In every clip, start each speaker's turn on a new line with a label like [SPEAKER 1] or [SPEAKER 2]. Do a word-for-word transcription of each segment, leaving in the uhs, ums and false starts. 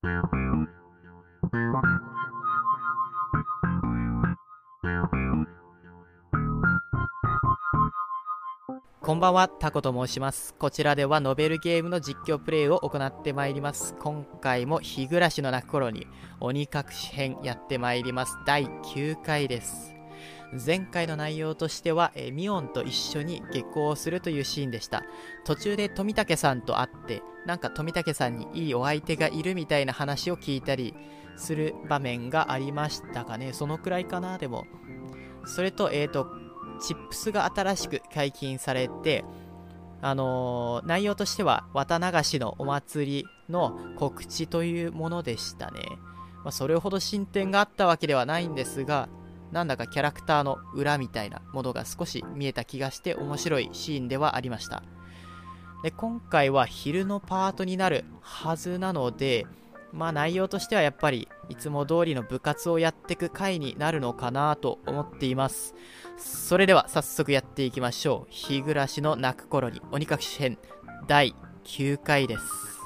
[SPEAKER 1] こんばんは、タコと申します。こちらではノベルゲームの実況プレイを行ってまいります。今回も日暮らしの泣く頃に鬼隠し編やってまいります。だいきゅうかいです。前回の内容としては、えミオンと一緒に下校をするというシーンでした。途中で富武さんと会って、なんか富武さんにいいお相手がいるみたいな話を聞いたりする場面がありましたかね。そのくらいかな。でもそれとえーとチップスが新しく解禁されて、あのー、内容としては綿流しのお祭りの告知というものでしたね。まあ、それほど進展があったわけではないんですが、なんだかキャラクターの裏みたいなものが少し見えた気がして面白いシーンではありました。で、今回は昼のパートになるはずなので、まあ内容としてはやっぱりいつも通りの部活をやっていく回になるのかなと思っています。それでは早速やっていきましょう。日暮らしの泣く頃に鬼隠し編だいきゅうかいです。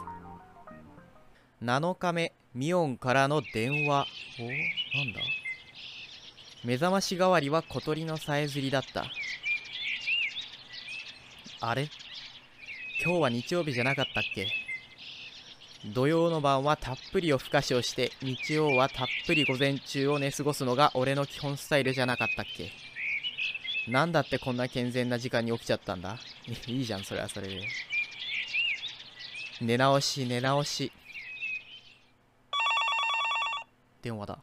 [SPEAKER 1] なのかめ、ミオンからの電話。お、なんだ。目覚まし代わりは小鳥のさえずりだった。あれ、今日は日曜日じゃなかったっけ。土曜の晩はたっぷり夜更かしをして、日曜はたっぷり午前中を寝過ごすのが俺の基本スタイルじゃなかったっけ。なんだってこんな健全な時間に起きちゃったんだ。いいじゃん、それはそれで。寝直し寝直し。電話だ。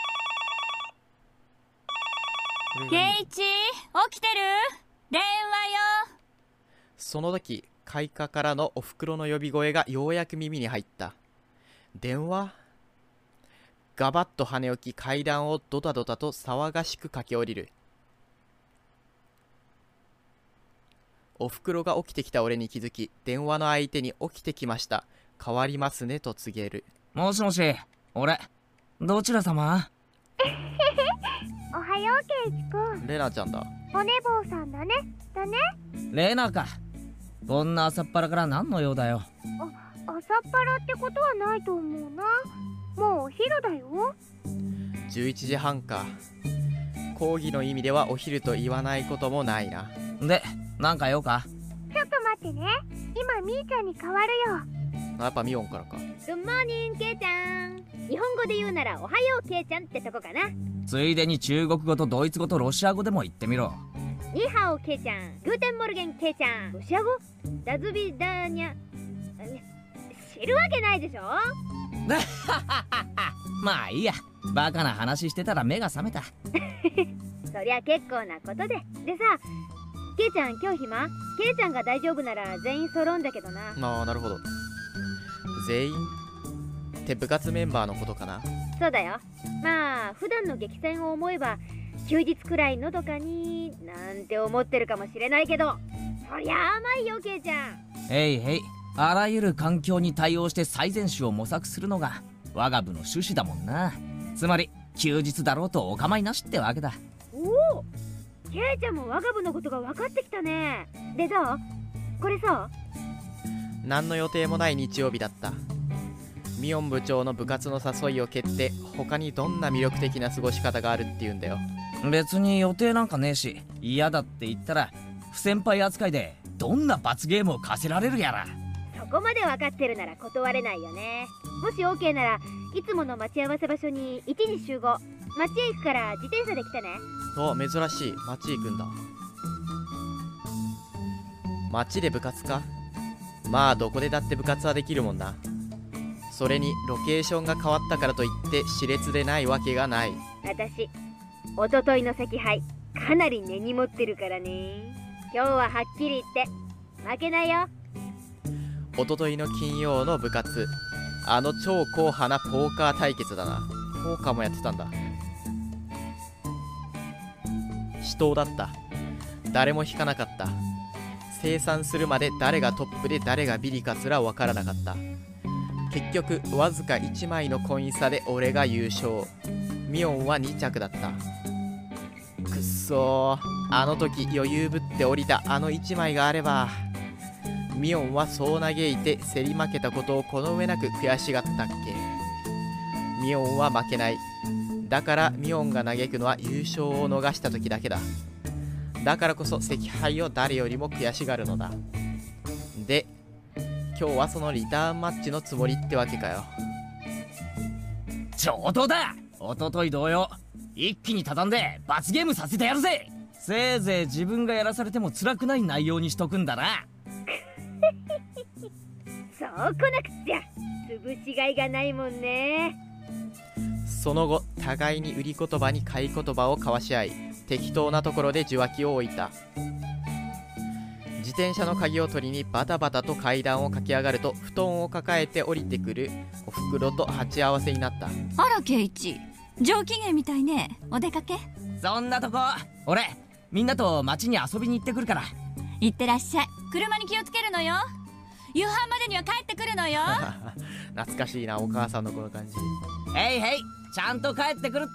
[SPEAKER 2] ケイチ、起きてる？電話よ。
[SPEAKER 1] その時開花からのおふくろの呼び声がようやく耳に入った。電話？ガバッと跳ね起き、階段をドタドタと騒がしく駆け下りる。おふくろが起きてきた俺に気づき、電話の相手に起きてきました。変わりますねと告げる。
[SPEAKER 3] もしもし、俺、どちら様？
[SPEAKER 4] おはよう、ケイチくん。
[SPEAKER 1] レナちゃんだ。
[SPEAKER 4] お寝坊さんだね。だね。
[SPEAKER 3] レナか。こんな朝っぱらから何の用だよ。
[SPEAKER 4] あ、朝っぱらってことはないと思うな。もうお昼だよ。
[SPEAKER 1] じゅういちじはんか。講義の意味ではお昼と言わないこともないな。
[SPEAKER 3] で、なんか用か？
[SPEAKER 4] ちょっと待ってね。今みーちゃんに変わるよ。
[SPEAKER 1] やっぱミオンからか。
[SPEAKER 2] グッモーニングケイちゃん。日本語で言うならおはようケイちゃんってとこかな。
[SPEAKER 3] ついでに中国語とドイツ語とロシア語でも言ってみろ。
[SPEAKER 2] ニーハオケイちゃん、グーテンモルゲンケイちゃん。ロシア語？ダズビダーニャ。知るわけないでしょ。
[SPEAKER 3] まあいいや。バカな話してたら目が覚めた。
[SPEAKER 2] そりゃ結構なことで。でさ、ケイちゃん今日暇？ケイちゃんが大丈夫なら全員揃うんだけどな。
[SPEAKER 1] ああ、なるほど。全員って部活メンバーのことかな。
[SPEAKER 2] そうだよ。まあ普段の激戦を思えば休日くらいのどかになんて思ってるかもしれないけど、そりゃ甘いよケイちゃん。
[SPEAKER 3] へいへい。あらゆる環境に対応して最善手を模索するのが我が部の趣旨だもんな。つまり休日だろうとお構いなしってわけだ。
[SPEAKER 2] おお、ケイちゃんも我が部のことが分かってきたね。でどう？これさ。
[SPEAKER 1] 何の予定もない日曜日だった。ミオン部長の部活の誘いを蹴って他にどんな魅力的な過ごし方があるっていうんだよ。
[SPEAKER 3] 別に予定なんかねえし、嫌だって言ったら不先輩扱いでどんな罰ゲームを課せられるやら。
[SPEAKER 2] そこまで分かってるなら断れないよね。もし OK ならいつもの待ち合わせ場所にいちじ集合。町へ行くから自転車で来てね。
[SPEAKER 1] お、珍しい。町行くんだ。町で部活か。まあどこでだって部活はできるもんな。それにロケーションが変わったからといって熾烈でないわけがない。
[SPEAKER 2] 私おとといの惜敗かなり根に持ってるからね。今日ははっきり言って負けないよ。
[SPEAKER 1] おとといの金曜の部活、あの超硬派なポーカー対決だな。ポーカーもやってたんだ。死闘だった。誰も引かなかった。清算するまで誰がトップで誰がビリかすら分からなかった。結局わずかいちまいのコイン差で俺が優勝。ミオンはに着だった。くっそー、あの時余裕ぶって降りたあのいちまいがあれば。ミオンはそう嘆いて競り負けたことをこの上なく悔しがったっけ。 ミオンは負けない。だからミオンが嘆くのは優勝を逃した時だけだ。だからこそ惜敗を誰よりも悔しがるのだ。で、今日はそのリターンマッチのつもりってわけかよ。
[SPEAKER 3] 上等だ。おととい同様一気に畳んで罰ゲームさせてやるぜ。せいぜい自分がやらされても辛くない内容にしとくんだな。
[SPEAKER 2] そうこなくっちゃ潰しがいがないもんね。
[SPEAKER 1] その後互いに売り言葉に買い言葉を交わし合い、適当なところで受話器を置いた。自転車の鍵を取りにバタバタと階段を駆け上がると、布団を抱えて降りてくるおふくろと鉢合わせになった。
[SPEAKER 5] あらケイチ、上機嫌みたいね。お出かけ？
[SPEAKER 3] そんなとこ俺みんなと町に遊びに行ってくるから。
[SPEAKER 5] 行ってらっしゃい。車に気をつけるのよ。夕飯までには帰ってくるのよ。
[SPEAKER 1] 懐かしいな、お母さんのこの感じ。
[SPEAKER 3] へいへい、ちゃんと帰ってくるって。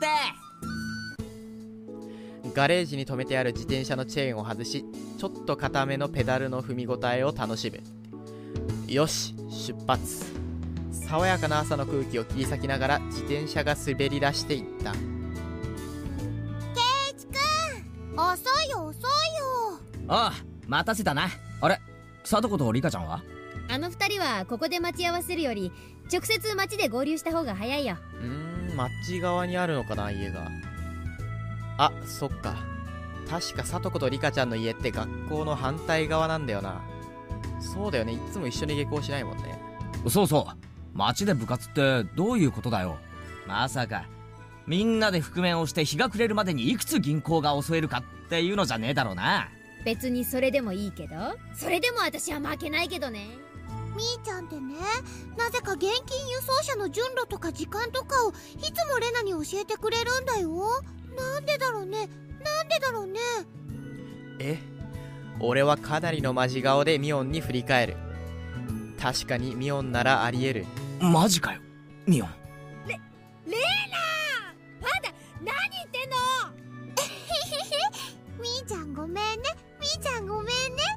[SPEAKER 1] ガレージに止めてある自転車のチェーンを外し、ちょっと固めのペダルの踏み応えを楽しむ。よし出発。爽やかな朝の空気を切り裂きながら自転車が滑り出していった。
[SPEAKER 4] ケイチくん、遅いよ遅いよ。
[SPEAKER 3] ああ、待たせたな。あれ、貞子とリカちゃんは？
[SPEAKER 2] あの二人はここで待ち合わせるより直接町で合流した方が早いよ。
[SPEAKER 1] うーん、町側にあるのかな、家が。あ、そっか。確かさとことリカちゃんの家って学校の反対側なんだよな。そうだよね、いつも一緒に下校しないもんね。
[SPEAKER 3] そうそう、町で部活ってどういうことだよ。まさかみんなで覆面をして日が暮れるまでにいくつ銀行が襲えるかっていうのじゃねえだろうな。
[SPEAKER 2] 別にそれでもいいけど、それでも私は負けないけどね。
[SPEAKER 4] みーちゃんってね、なぜか現金輸送車の順路とか時間とかをいつもレナに教えてくれるんだよ。なんでだろうね、なんでだろうね。
[SPEAKER 1] え、俺はかなりのマジ顔でミオンに振り返る。確かにミオンならありえる。
[SPEAKER 3] マジかよミオン。
[SPEAKER 2] レ、レーナー、あんた何言ってんの。
[SPEAKER 4] みーちゃんごめんね、みーちゃんごめんね。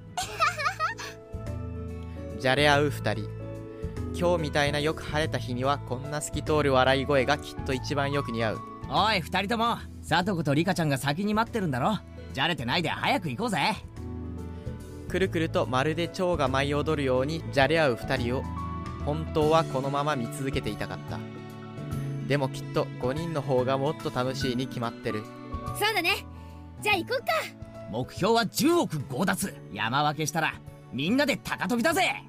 [SPEAKER 1] じゃれ合う二人。今日みたいなよく晴れた日にはこんな透き通る笑い声がきっと一番よく似合う。
[SPEAKER 3] おい二人とも、貞子とリカちゃんが先に待ってるんだろ。じゃれてないで早く行こうぜ。
[SPEAKER 1] くるくるとまるで蝶が舞い踊るようにじゃれ合う二人を本当はこのまま見続けていたかった。でもきっとごにんの方がもっと楽しいに決まってる。
[SPEAKER 2] そうだね、じゃあ行こっか。
[SPEAKER 3] 目標はじゅうおく強奪。山分けしたらみんなで高飛びだぜ。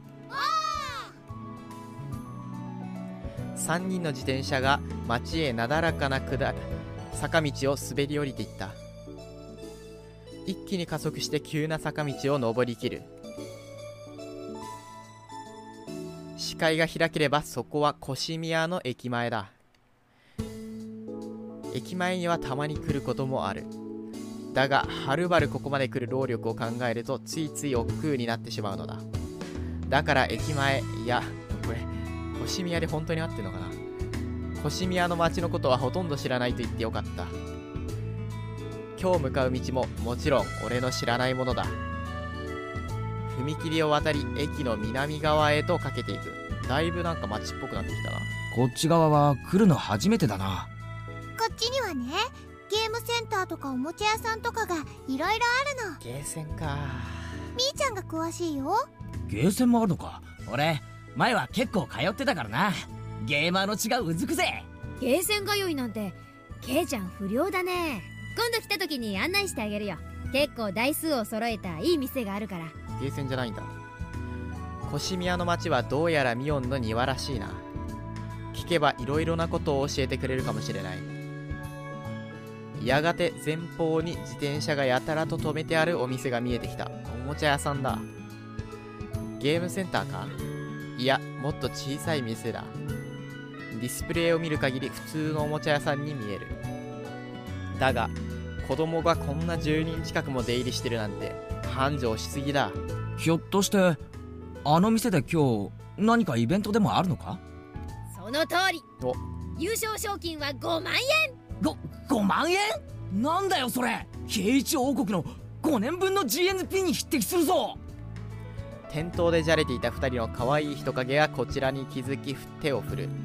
[SPEAKER 1] さんにんの自転車が街へなだらかな下坂道を滑り降りていった。一気に加速して急な坂道を登りきる。視界が開ければそこは越宮の駅前だ。駅前にはたまに来ることもある。だがはるばるここまで来る労力を考えるとついつい億劫になってしまうのだ。だから駅前、いやこれ越宮で本当に合ってるのかな。越宮の町のことはほとんど知らないと言ってよかった。今日向かう道ももちろん俺の知らないものだ。踏切を渡り駅の南側へとかけていく。だいぶなんか町っぽくなってきたな。
[SPEAKER 3] こっち側は来るの初めてだな。
[SPEAKER 4] こっちにはね、ゲームセンターとかおもちゃ屋さんとかがいろいろあるの。
[SPEAKER 1] ゲーセンか。
[SPEAKER 4] みーちゃんが詳しいよ。
[SPEAKER 3] ゲーセンもあるのか。俺前は結構通ってたからな。ゲーマーの血がうずくぜ。
[SPEAKER 2] ゲーセン通いなんてケイちゃん不良だね。今度来た時に案内してあげるよ。結構台数を揃えたいい店があるから。
[SPEAKER 1] ゲーセンじゃないんだ。越宮の町はどうやらミオンの庭らしいな。聞けばいろいろなことを教えてくれるかもしれない。やがて前方に自転車がやたらと止めてあるお店が見えてきた。おもちゃ屋さんだ。ゲームセンターか。いや、もっと小さい店だ。ディスプレイを見る限り普通のおもちゃ屋さんに見える。だが子供がこんなじゅうにん近くも出入りしてるなんて繁盛しすぎだ。
[SPEAKER 3] ひょっとしてあの店で今日何かイベントでもあるのか。
[SPEAKER 2] その通り。
[SPEAKER 1] お、
[SPEAKER 2] 優勝賞金はごまんえん。
[SPEAKER 3] ごごまんえんなんだよそれ。ケイイチ王国のごねんぶんの ジーエヌピー に匹敵するぞ。
[SPEAKER 1] 店頭でじゃれていたふたりの可愛い人影がこちらに気づき手を振る。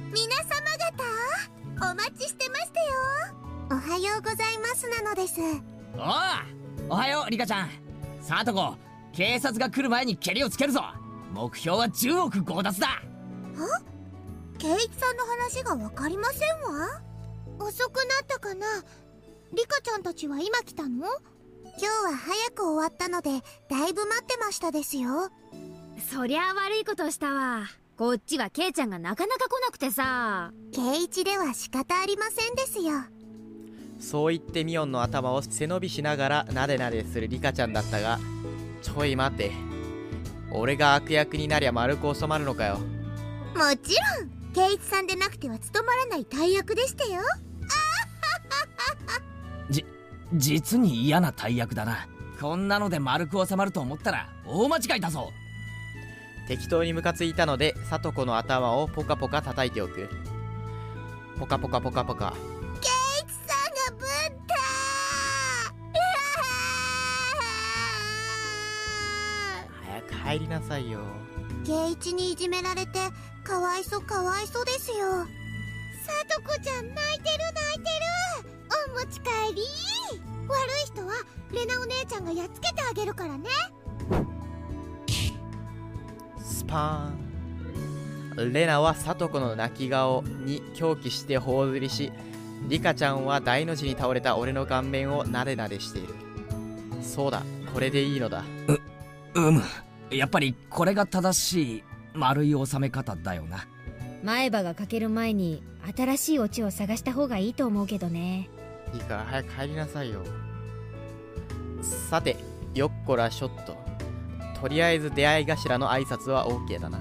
[SPEAKER 4] 皆様方お待ちしてましたよ。おはようございますなのです。
[SPEAKER 3] おう、おはようリカちゃん。さとこ、警察が来る前にケリをつけるぞ。目標はじゅうおく強奪だ。
[SPEAKER 4] は？圭一さんの話が分かりませんわ。遅くなったかな。リカちゃんたちは今来たの？今日は早く終わったのでだいぶ待ってましたですよ。
[SPEAKER 2] そりゃあ悪いことしたわ。こっちはケイちゃんがなかなか来なくてさ。
[SPEAKER 4] 圭一では仕方ありませんですよ。
[SPEAKER 1] そう言ってミオンの頭を背伸びしながらなでなでするリカちゃんだったが、ちょい待て、俺が悪役になりゃ丸く収まるのかよ。
[SPEAKER 4] もちろん圭一さんでなくては務まらない大役でしたよ。
[SPEAKER 3] じ実に嫌な大役だな。こんなので丸く収まると思ったら大間違いだぞ。
[SPEAKER 1] 適当にムカついたのでサトコの頭をポカポカ叩いておく。ポカポカポカポカ。
[SPEAKER 4] 圭一さんがぶった
[SPEAKER 1] 早く入りなさいよ。
[SPEAKER 4] 圭一にいじめられてかわいそかわいそですよ。さとこちゃん泣いてる泣いてる。お持ち帰り。悪い人はレナお姉ちゃんがやっつけてあげるからね。
[SPEAKER 1] スパーン。レナはサトコの泣き顔に狂気して頬ずりし、リカちゃんは大の字に倒れた俺の顔面をなでなでしている。そうだ、これでいいのだ。
[SPEAKER 3] う、うむ。やっぱりこれが正しい丸い収め方だよな。
[SPEAKER 2] 前歯が欠ける前に新しいオチを探した方がいいと思うけどね。
[SPEAKER 1] いいから早く帰りなさいよ。さて、よっこらショット。とりあえず出会い頭の挨拶は OK だな。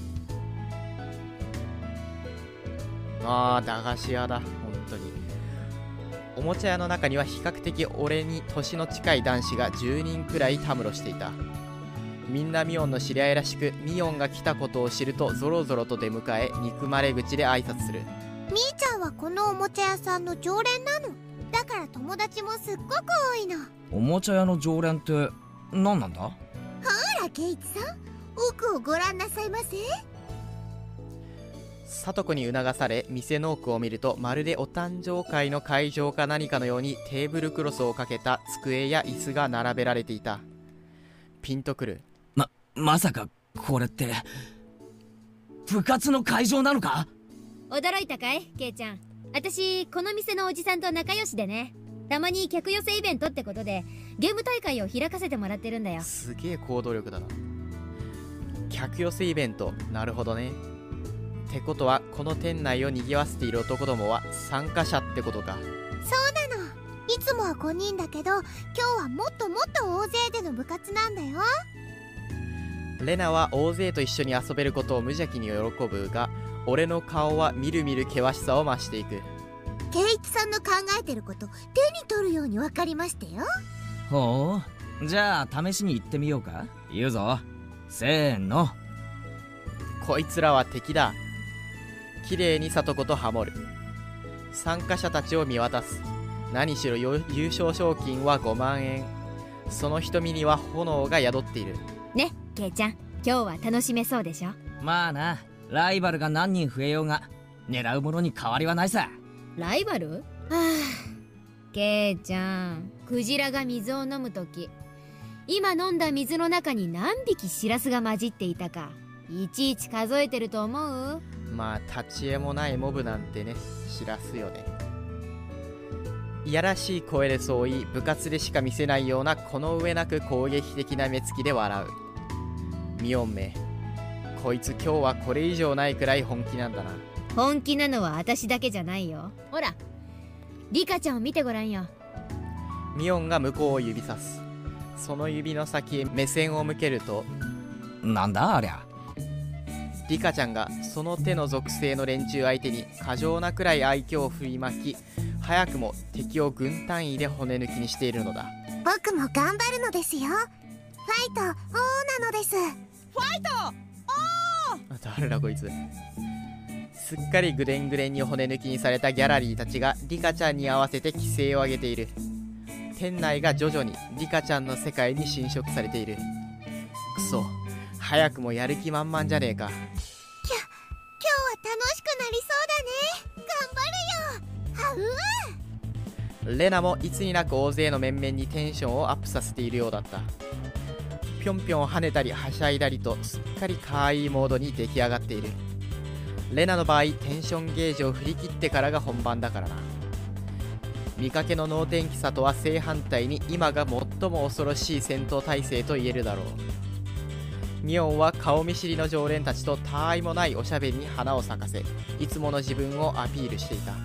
[SPEAKER 1] あー、駄菓子屋だ。本当に。おもちゃ屋の中には比較的俺に年の近い男子がじゅうにんくらいたむろしていた。みんなミオンの知り合いらしく、ミオンが来たことを知るとゾロゾロと出迎え、憎まれ口で挨拶する。
[SPEAKER 4] みーちゃんはこのおもちゃ屋さんの常連なの。だから友達もすっごく多いの。
[SPEAKER 3] おもちゃ屋の常連って何なんだ？
[SPEAKER 4] ほら圭一さん、奥をご覧なさいませ。
[SPEAKER 1] サトコに促され店の奥を見ると、まるでお誕生会の会場か何かのようにテーブルクロスをかけた机や椅子が並べられていた。ピンとくる。
[SPEAKER 3] ま、まさかこれって部活の会場なのか？
[SPEAKER 2] 驚いたかいケイちゃん。私この店のおじさんと仲良しでね、たまに客寄せイベントってことでゲーム大会を開かせてもらってるんだよ。
[SPEAKER 1] すげえ行動力だな。客寄せイベント、なるほどね。ってことはこの店内を賑わせている男どもは参加者ってことか。
[SPEAKER 4] そうなの。いつもはごにんだけど今日はもっともっと大勢での部活なんだよ。
[SPEAKER 1] レナは大勢と一緒に遊べることを無邪気に喜ぶが、俺の顔はみるみる険しさを増していく。
[SPEAKER 4] 圭一さんの考えてること手に取るように分かりましたよ。
[SPEAKER 3] ほう、じゃあ試しに行ってみようか。言うぞ、せーの。
[SPEAKER 1] こいつらは敵だ。綺麗にサトコとハモる。参加者たちを見渡す。何しろ優勝賞金はごまんえん。その瞳には炎が宿っている。
[SPEAKER 2] ね、ケイちゃん、今日は楽しめそうでしょ。
[SPEAKER 3] まあな、ライバルが何人増えようが狙うものに変わりはないさ。
[SPEAKER 2] ライバル？はあ、ケイちゃん、クジラが水を飲むとき、今飲んだ水の中に何匹シラスが混じっていたかいちいち数えてると思う？
[SPEAKER 1] まあ立ち絵もないモブなんてね、知らすよね。いやらしい声でそう言い、部活でしか見せないようなこの上なく攻撃的な目つきで笑う。ミオンめ、こいつ今日はこれ以上ないくらい本気なんだな。
[SPEAKER 2] 本気なのは私だけじゃないよ。ほら、リカちゃんを見てごらんよ。
[SPEAKER 1] ミオンが向こうを指さす。その指の先へ目線を向けると、
[SPEAKER 3] なんだありゃ。
[SPEAKER 1] リカちゃんがその手の属性の連中相手に過剰なくらい愛嬌を振りまき、早くも敵を軍単位で骨抜きにしているのだ。
[SPEAKER 4] 僕も頑張るのですよ。ファイトオーなのです。ファイトオー。
[SPEAKER 1] 誰だこいつ。すっかりぐでんぐでんに骨抜きにされたギャラリーたちがリカちゃんに合わせて規制を上げている。店内が徐々にリカちゃんの世界に侵食されている。くそ、早くもやる気満々じゃねえか。
[SPEAKER 4] きゃ、今日は楽しくなりそう
[SPEAKER 1] レナもいつになく大勢の面々にテンションをアップさせているようだった。ぴょんぴょん跳ねたりはしゃいだりとすっかり可愛いモードに出来上がっている。レナの場合テンションゲージを振り切ってからが本番だからな。見かけの能天気さとは正反対に今が最も恐ろしい戦闘態勢と言えるだろう。ミオンは顔見知りの常連たちと他愛もないおしゃべりに花を咲かせ、いつもの自分をアピールしていた。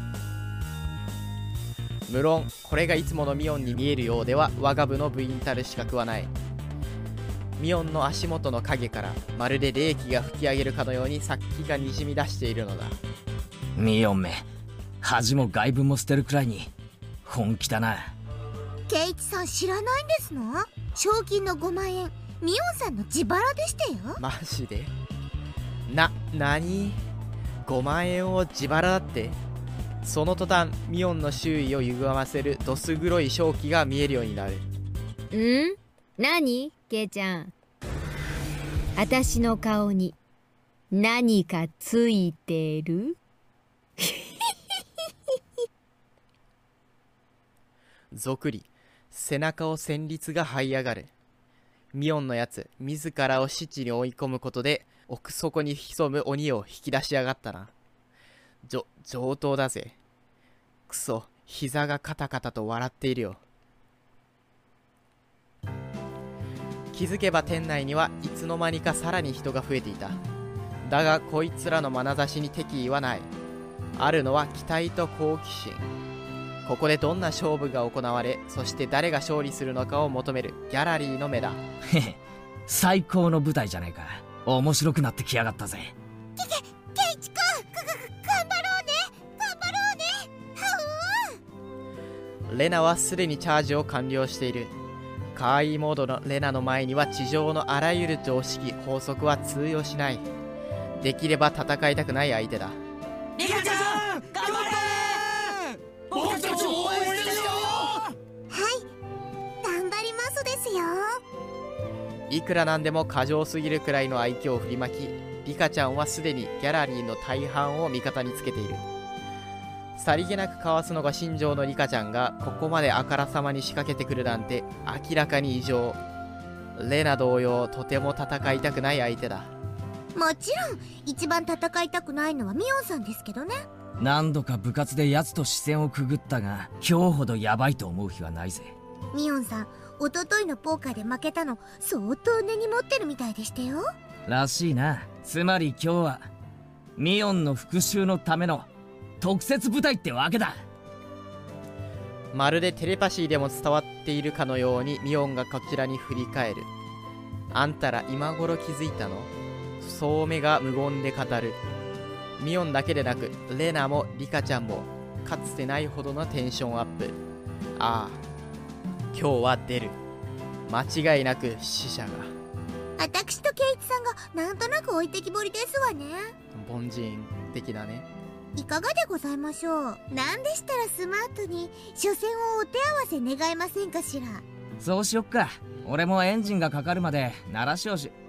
[SPEAKER 1] 無論これがいつものミオンに見えるようでは我が部の部員たる資格はない。ミオンの足元の影からまるで冷気が吹き上げるかのように殺気がにじみ出しているのだ。
[SPEAKER 3] ミオンめ、恥も外分も捨てるくらいに本気だな。
[SPEAKER 4] ケイチさん知らないんですの？賞金のごまんえんミオンさんの自腹でしたよ。
[SPEAKER 1] マジで？な、なに？ ごまん円を自腹だって？その途端ミオンの周囲を歪ませるどす黒い正気が見えるようになる。
[SPEAKER 2] ん？何？ケイちゃん、私の顔に何かついてる？
[SPEAKER 1] ぞくり背中を旋律が這い上がる。ミオンのやつ自らを死地に追い込むことで奥底に潜む鬼を引き出しやがったな。じょ上等だぜ。くそ、膝がカタカタと笑っているよ。気づけば店内にはいつの間にかさらに人が増えていた。だがこいつらの眼差しに敵意はない。あるのは期待と好奇心。ここでどんな勝負が行われ、そして誰が勝利するのかを求めるギャラリーの目だ。
[SPEAKER 3] へへ、最高の舞台じゃねえか。面白くなってきやがったぜ。
[SPEAKER 4] ケケイチくん、頑張ろうね頑張ろうね。は
[SPEAKER 1] レナはすでにチャージを完了している。可愛いモードのレナの前には地上のあらゆる常識法則は通用しない。できれば戦いたくない相手だ。
[SPEAKER 3] リカちゃん頑張れ。僕たち応援してるよ。
[SPEAKER 4] はい、頑張りますですよ。
[SPEAKER 1] いくらなんでも過剰すぎるくらいの愛嬌を振りまき、リカちゃんはすでにギャラリーの大半を味方につけている。さりげなくかわすのが心情のリカちゃんがここまであからさまに仕掛けてくるなんて明らかに異常。レナ同様とても戦いたくない相手だ。
[SPEAKER 4] もちろん一番戦いたくないのはミオンさんですけどね。
[SPEAKER 3] 何度か部活で奴と視線をくぐったが、今日ほどヤバいと思う日はないぜ。
[SPEAKER 4] ミオンさん、おとといのポーカーで負けたの相当根に持ってるみたいでしたよ。
[SPEAKER 3] らしいな。つまり今日はミオンの復讐のための特設舞台ってわけだ。
[SPEAKER 1] まるでテレパシーでも伝わっているかのようにミオンがこちらに振り返る。あんたら今頃気づいたの？そう目が無言で語る。ミオンだけでなくレナもリカちゃんもかつてないほどのテンションアップ。ああ、今日は出る。間違いなく死者が。
[SPEAKER 4] 私とケイチさんがなんとなく置いてきぼりですわね。
[SPEAKER 1] 凡人的なね。
[SPEAKER 4] いかがでございましょう。なんでしたらスマートに初戦をお手合わせ願えませんかしら。
[SPEAKER 3] そうしよっか。俺もエンジンがかかるまで鳴らしをし。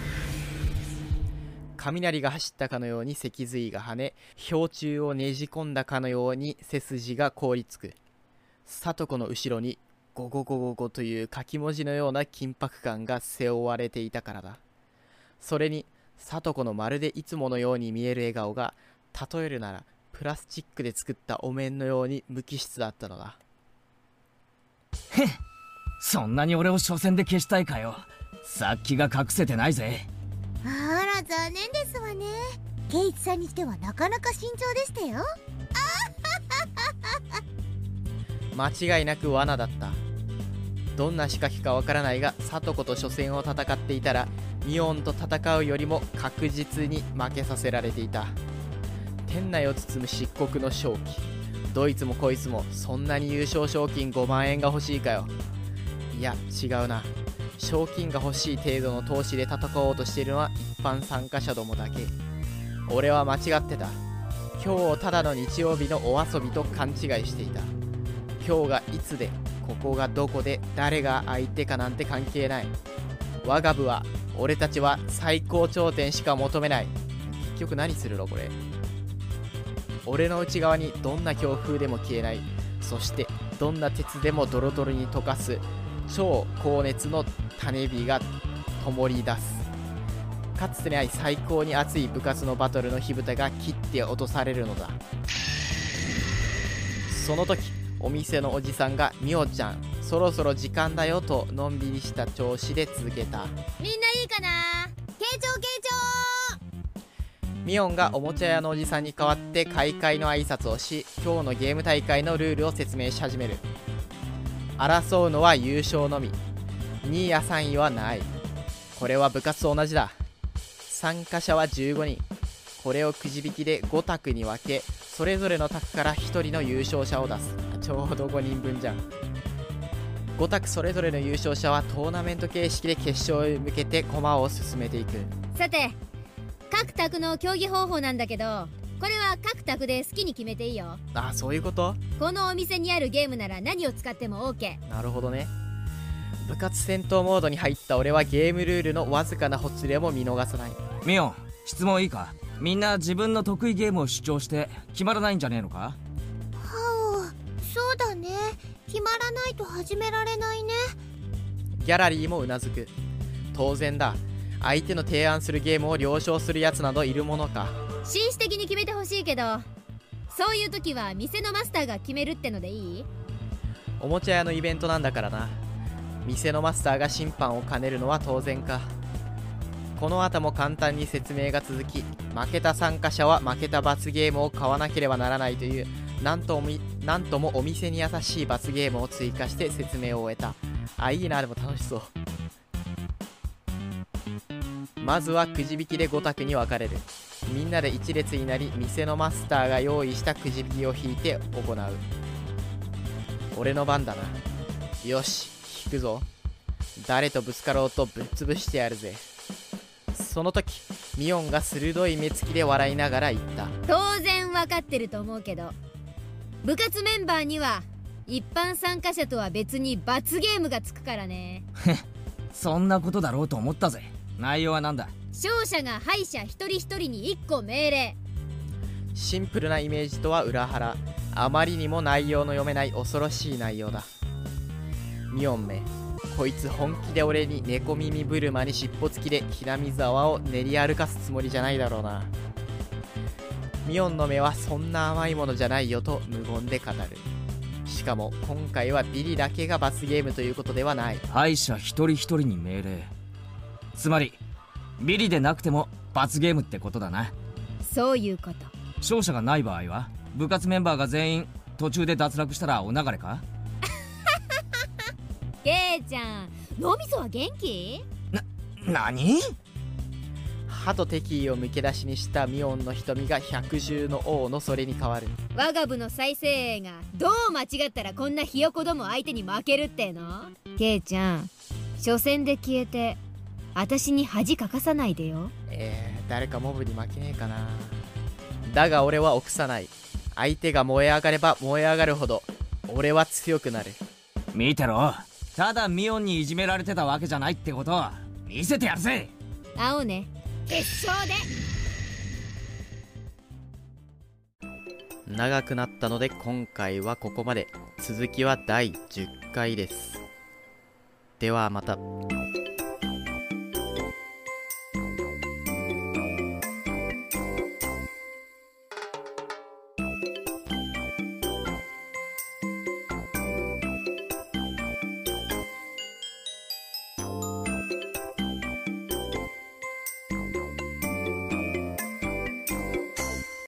[SPEAKER 1] 雷が走ったかのように脊髄が跳ね、氷柱をねじ込んだかのように背筋が凍りつく。聡子の後ろにゴゴゴゴゴという書き文字のような緊迫感が背負われていたからだ。それに聡子のまるでいつものように見える笑顔が、例えるならプラスチックで作ったお面のように無機質だったのだ。
[SPEAKER 3] へっ、そんなに俺を初戦で消したいかよ。殺気が隠せてないぜ。
[SPEAKER 4] あら残念ですわね。ケイチさんにしてはなかなか慎重でしたよ。
[SPEAKER 1] 間違いなく罠だった。どんな仕掛けかわからないが、聡子と初戦を戦っていたらミオンと戦うよりも確実に負けさせられていた。店内を包む漆黒の正気。どいつもこいつもそんなに優勝賞金ごまんえんが欲しいかよ。いや違うな。賞金が欲しい程度の投資で戦おうとしているのは一般参加者どもだけ。俺は間違ってた。今日をただの日曜日のお遊びと勘違いしていた。今日がいつで、ここがどこで、誰が相手かなんて関係ない。我が部は、俺たちは最高頂点しか求めない。結局何するのこれ。俺の内側にどんな強風でも消えない。そしてどんな鉄でもドロドロに溶かす超高熱の種火が灯り出す。かつてない最高に熱い部活のバトルの火蓋が切って落とされるのだ。その時お店のおじさんが「みおちゃんそろそろ時間だよ」とのんびりした調子で続けた。
[SPEAKER 2] みんないいかな。慶長慶
[SPEAKER 1] みおんがおもちゃ屋のおじさんに代わって開会の挨拶をし、今日のゲーム大会のルールを説明し始める。争うのは優勝のみ、にいやさんいはない。これは部活と同じだ。参加者はじゅうごにん。これをくじ引きでご択に分け、それぞれの択からひとりの優勝者を出す。ちょうどごにんぶんじゃん。ご択それぞれの優勝者はトーナメント形式で決勝へ向けて駒を進めていく。
[SPEAKER 2] さて、各択の競技方法なんだけど、これは各択で好きに決めていいよ。
[SPEAKER 1] あ、そういうこと？
[SPEAKER 2] このお店にあるゲームなら何を使っても OK。
[SPEAKER 1] なるほどね。部活戦闘モードに入った俺はゲームルールのわずかなほつれも見逃さない。
[SPEAKER 3] ミオン、質問いいか。みんな自分の得意ゲームを主張して決まらないんじゃねえのか。
[SPEAKER 4] はお、そうだね。決まらないと始められないね。
[SPEAKER 1] ギャラリーもうなずく。当然だ。相手の提案するゲームを了承するやつなどいるものか。
[SPEAKER 2] 紳士的に決めてほしいけど、そういう時は店のマスターが決めるってのでいい？
[SPEAKER 1] おもちゃ屋のイベントなんだからな。店のマスターが審判を兼ねるのは当然か。この後も簡単に説明が続き、負けた参加者は負けた罰ゲームを買わなければならないという、なんともなんともお店に優しい罰ゲームを追加して説明を終えた。あ、いいな。でも楽しそう。まずはくじ引きでご択に分かれる。みんなで一列になり、店のマスターが用意したくじ引きを引いて行う。俺の番だな。よし、引くぞ。誰とぶつかろうとぶっ潰してやるぜ。その時ミオンが鋭い目つきで笑いながら言った。
[SPEAKER 2] 当然分かってると思うけど、部活メンバーには一般参加者とは別に罰ゲームがつくからね。
[SPEAKER 3] そんなことだろうと思ったぜ。内容はなんだ。
[SPEAKER 2] 勝者が敗者一人一人にいっこ命令。
[SPEAKER 1] シンプルなイメージとは裏腹。あまりにも内容の読めない恐ろしい内容だ。ミオンめ、こいつ本気で俺に猫耳ブルマに尻尾付きでひなみ沢を練り歩かすつもりじゃないだろうな。ミオンの目はそんな甘いものじゃないよと無言で語る。しかも今回はビリだけが罰ゲームということではない。
[SPEAKER 3] 敗者一人一人に命令。つまりビリでなくても罰ゲームってことだな。
[SPEAKER 2] そういうこと。
[SPEAKER 3] 勝者がない場合は部活メンバーが全員途中で脱落したらお流れか。
[SPEAKER 2] ケイちゃん、脳みそは元気？
[SPEAKER 3] な、何？
[SPEAKER 1] 歯と敵意をむき出しにしたミオンの瞳が百獣の王のそれに変わる。
[SPEAKER 2] 我が部の再生鋭がどう間違ったらこんなひよこども相手に負けるっての？ケイちゃん、初戦で消えて私に恥かかさないでよ。
[SPEAKER 1] えー、誰かモブに負けねえかな。だが俺は臆さない。相手が燃え上がれば燃え上がるほど俺は強くなる。
[SPEAKER 3] 見てろ、ただミオンにいじめられてたわけじゃないってことを見せてやるぜ。
[SPEAKER 2] 会おうね、決勝で。
[SPEAKER 1] 長くなったので今回はここまで。続きはだいじゅっかいです。ではまた。